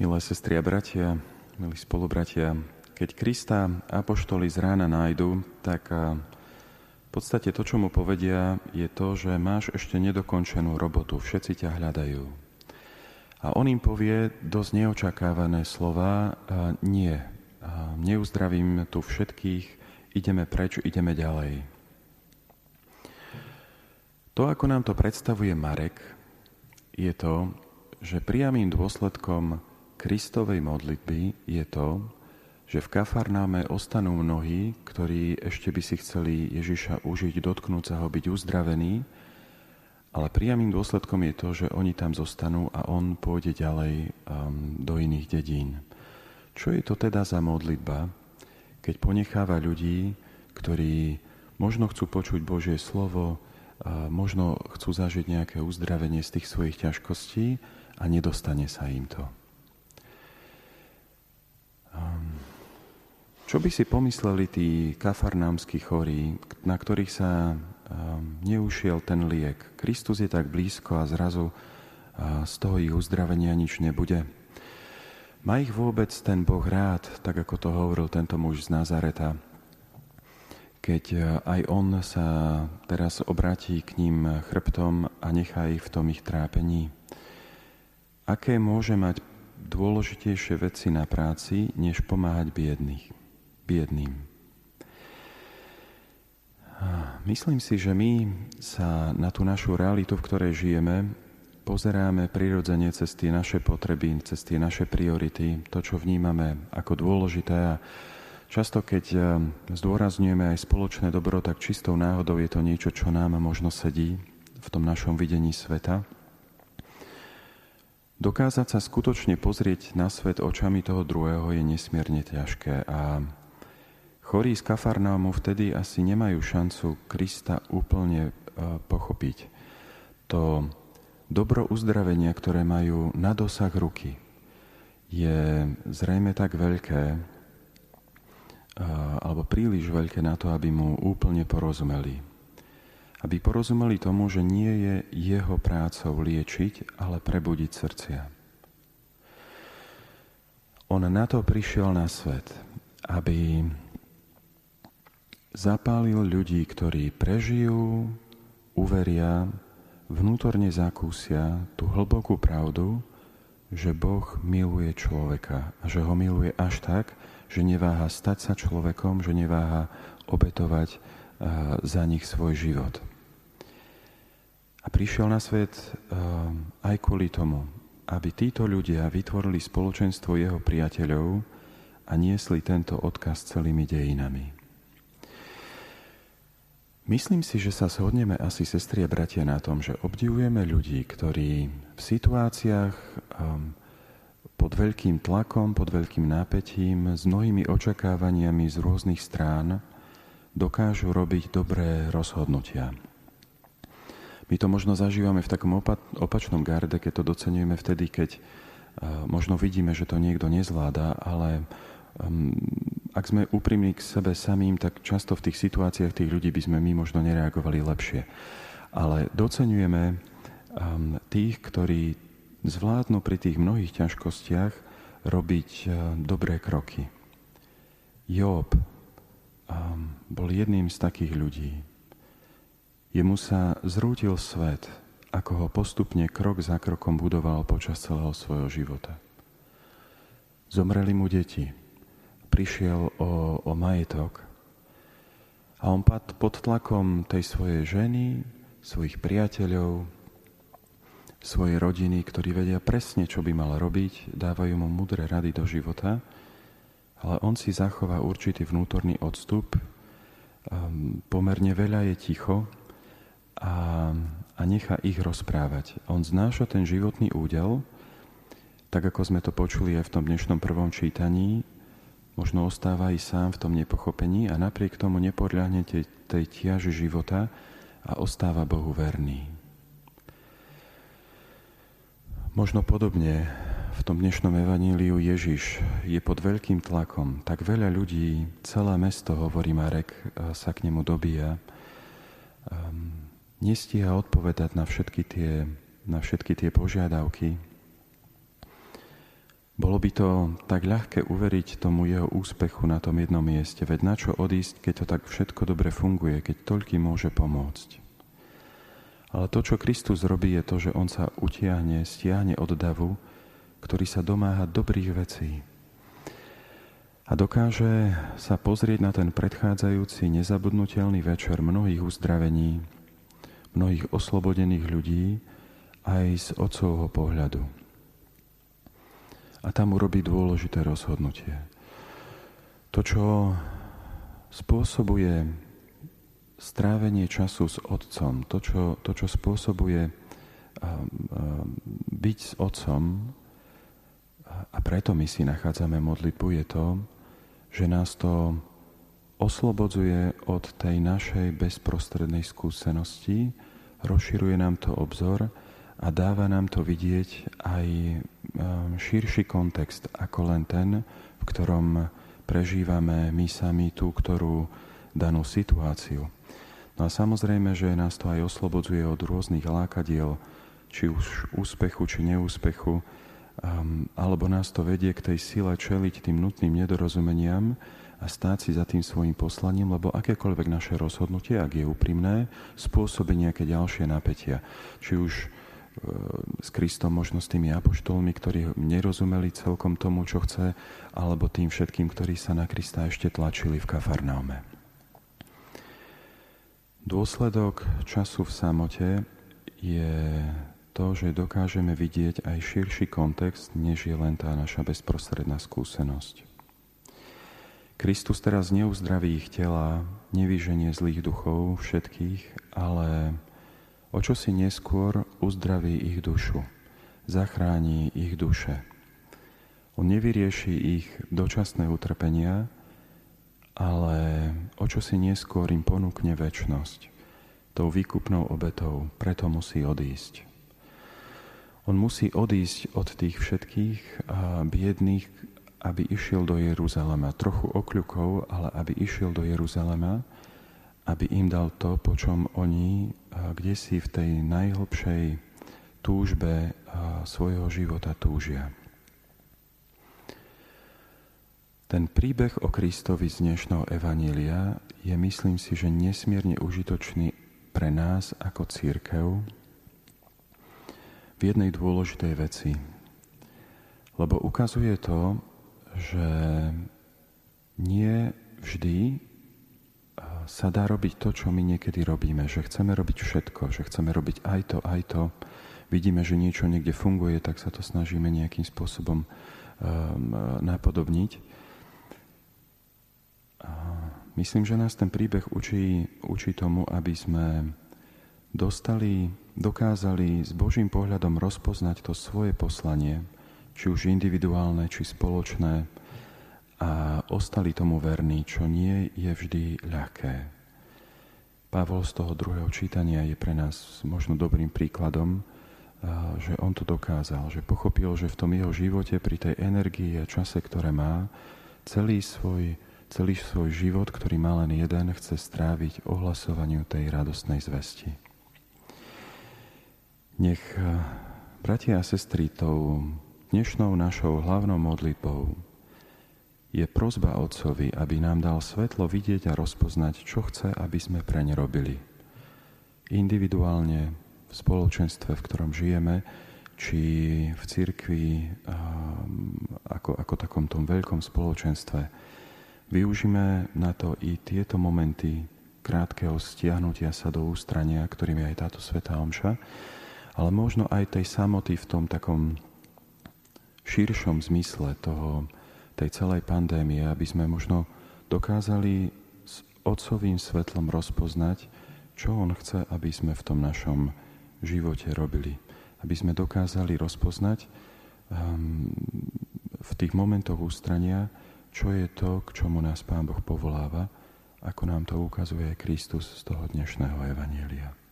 Milé sestry a bratia, milí spolubratia, keď Krista apoštoli z rána nájdu, tak v podstate to, čo mu povedia, je to, že máš ešte nedokončenú robotu, všetci ťa hľadajú. A on im povie dosť neočakávané slova, nie, neuzdravím tu všetkých, ideme preč, ideme ďalej. To, ako nám to predstavuje Marek, je to, že priamym dôsledkom Kristovej modlitby je to, že v Kafarnáme ostanú mnohí, ktorí ešte by si chceli Ježiša užiť, dotknúť sa ho, byť uzdravení, ale priamym dôsledkom je to, že oni tam zostanú a on pôjde ďalej do iných dedín. Čo je to teda za modlitba, keď ponecháva ľudí, ktorí možno chcú počuť Božie slovo, možno chcú zažiť nejaké uzdravenie z tých svojich ťažkostí a nedostane sa im to. Čo by si pomysleli tí kafarnámski chorí, na ktorých sa neušiel ten liek? Kristus je tak blízko a zrazu z toho ich uzdravenia nič nebude. Má ich vôbec ten Boh rád, tak ako to hovoril tento muž z Nazareta, keď aj on sa teraz obráti k ním chrbtom a nechá ich v tom ich trápení? Aké môže mať dôležitejšie veci na práci, než pomáhať biedným? Myslím si, že my sa na tú našu realitu, v ktorej žijeme, pozeráme prirodzene cez tie naše potreby, cez tie naše priority, to, čo vnímame ako dôležité. A často, keď zdôrazňujeme aj spoločné dobro, tak čistou náhodou je to niečo, čo nám možno sedí v tom našom videní sveta. Dokázať sa skutočne pozrieť na svet očami toho druhého je nesmierne ťažké a chorí z Kafarnáumu vtedy asi nemajú šancu Krista úplne pochopiť. To dobro uzdravenia, ktoré majú na dosah ruky, je zrejme tak veľké, alebo príliš veľké na to, aby mu úplne porozumeli. Aby porozumeli tomu, že nie je jeho prácou liečiť, ale prebudiť srdcia. On na to prišiel na svet, aby zapálil ľudí, ktorí prežijú, uveria, vnútorne zakúsia tú hlbokú pravdu, že Boh miluje človeka a že ho miluje až tak, že neváha stať sa človekom, že neváha obetovať za nich svoj život. A prišiel na svet aj kvôli tomu, aby títo ľudia vytvorili spoločenstvo jeho priateľov a niesli tento odkaz celými dejinami. Myslím si, že sa shodneme asi, sestri a bratia, na tom, že obdivujeme ľudí, ktorí v situáciách pod veľkým tlakom, pod veľkým nápetím, s mnohými očakávaniami z rôznych strán dokážu robiť dobré rozhodnutia. My to možno zažívame v takom opačnom garde, keď to doceňujeme vtedy, keď možno vidíme, že to niekto nezvláda, ale ak sme úprimní k sebe samým, tak často v tých situáciách tých ľudí by sme my možno nereagovali lepšie. Ale doceňujeme tých, ktorí zvládnu pri tých mnohých ťažkostiach robiť dobré kroky. Job bol jedným z takých ľudí. Jemu sa zrútil svet, ako ho postupne krok za krokom budoval počas celého svojho života. Zomreli mu deti, prišiel o majetok a on pod tlakom tej svojej ženy, svojich priateľov, svojej rodiny, ktorí vedia presne, čo by mal robiť, dávajú mu múdre rady do života, ale on si zachová určitý vnútorný odstup, pomerne veľa je ticho, a nechá ich rozprávať. On znáša ten životný údel, tak ako sme to počuli aj v tom dnešnom prvom čítaní, možno ostáva aj sám v tom nepochopení a napriek tomu nepodľahne tej tiaži života a ostáva Bohu verný. Možno podobne v tom dnešnom evaníliu Ježiš je pod veľkým tlakom. Tak veľa ľudí, celé mesto, hovorí Marek, sa k nemu dobíja. Nestíha odpovedať na všetky tie požiadavky. Bolo by to tak ľahké uveriť tomu jeho úspechu na tom jednom mieste. Veď na čo odísť, keď to tak všetko dobre funguje, keď toľký môže pomôcť. Ale to, čo Kristus robí, je to, že on sa stiahne od davu, ktorý sa domáha dobrých vecí. A dokáže sa pozrieť na ten predchádzajúci nezabudnutelný večer mnohých uzdravení, mnohých oslobodených ľudí aj z otcovho pohľadu. A tam urobí dôležité rozhodnutie. To, čo spôsobuje strávenie času s otcom, to, čo spôsobuje byť s otcom, a preto my si nachádzame modlitbu, je to, že nás to oslobodzuje od tej našej bezprostrednej skúsenosti, rozširuje nám to obzor a dáva nám to vidieť aj širší kontext ako len ten, v ktorom prežívame my sami tú, ktorú danú situáciu. No a samozrejme, že nás to aj oslobodzuje od rôznych lákadiel, či už úspechu, či neúspechu, alebo nás to vedie k tej sile čeliť tým nutným nedorozumeniam a stáť si za tým svojím poslaním, lebo akékoľvek naše rozhodnutie, ak je úprimné, spôsobí nejaké ďalšie napätia. Či už s Kristom, možno s tými apoštolmi, ktorí nerozumeli celkom tomu, čo chce, alebo tým všetkým, ktorí sa na Krista ešte tlačili v Kafarnaume. Dôsledok času v samote je to, že dokážeme vidieť aj širší kontext, než je len tá naša bezprostredná skúsenosť. Kristus teraz neuzdraví ich tela, nevyženie zlých duchov všetkých, ale o čosi neskôr uzdraví ich dušu, zachráni ich duše. On nevyrieši ich dočasné utrpenia, ale o čosi neskôr im ponúkne večnosť, tou výkupnou obetou, preto musí odísť. On musí odísť od tých všetkých biedných, aby išiel do Jeruzalema. Trochu okľukov, ale aby išiel do Jeruzalema, aby im dal to, po čom oni kdesi v tej najhlbšej túžbe svojho života túžia. Ten príbeh o Kristovi z dnešného evanília je, myslím si, že nesmierne užitočný pre nás ako cirkev v jednej dôležitej veci. Lebo ukazuje to, že nie vždy sa dá robiť to, čo my niekedy robíme. Že chceme robiť všetko, že chceme robiť aj to. Vidíme, že niečo niekde funguje, tak sa to snažíme nejakým spôsobom napodobniť. Myslím, že nás ten príbeh učí tomu, aby sme dokázali s Božím pohľadom rozpoznať to svoje poslanie, či už individuálne, či spoločné, a ostali tomu verní, čo nie je vždy ľahké. Pavol z toho druhého čítania je pre nás možno dobrým príkladom, že on to dokázal, že pochopil, že v tom jeho živote, pri tej energii a čase, ktoré má, celý svoj život, ktorý má len jeden, chce stráviť ohlasovaniu tej radostnej zvesti. Nech, bratia a sestry, tou dnešnou našou hlavnou modlitbou je prosba Otcovi, aby nám dal svetlo vidieť a rozpoznať, čo chce, aby sme preň robili. Individuálne, v spoločenstve, v ktorom žijeme, či v cirkvi, ako takom tom veľkom spoločenstve. Využíme na to i tieto momenty krátkeho stiahnutia sa do ústrania, ktorým je aj táto svätá omša, ale možno aj tej samoty v tom takom širšom zmysle tej celej pandémie, aby sme možno dokázali s Otcovým svetlom rozpoznať, čo On chce, aby sme v tom našom živote robili. Aby sme dokázali rozpoznať v tých momentoch ústrania, čo je to, k čomu nás Pán Boh povoláva, ako nám to ukazuje Kristus z toho dnešného evanjelia.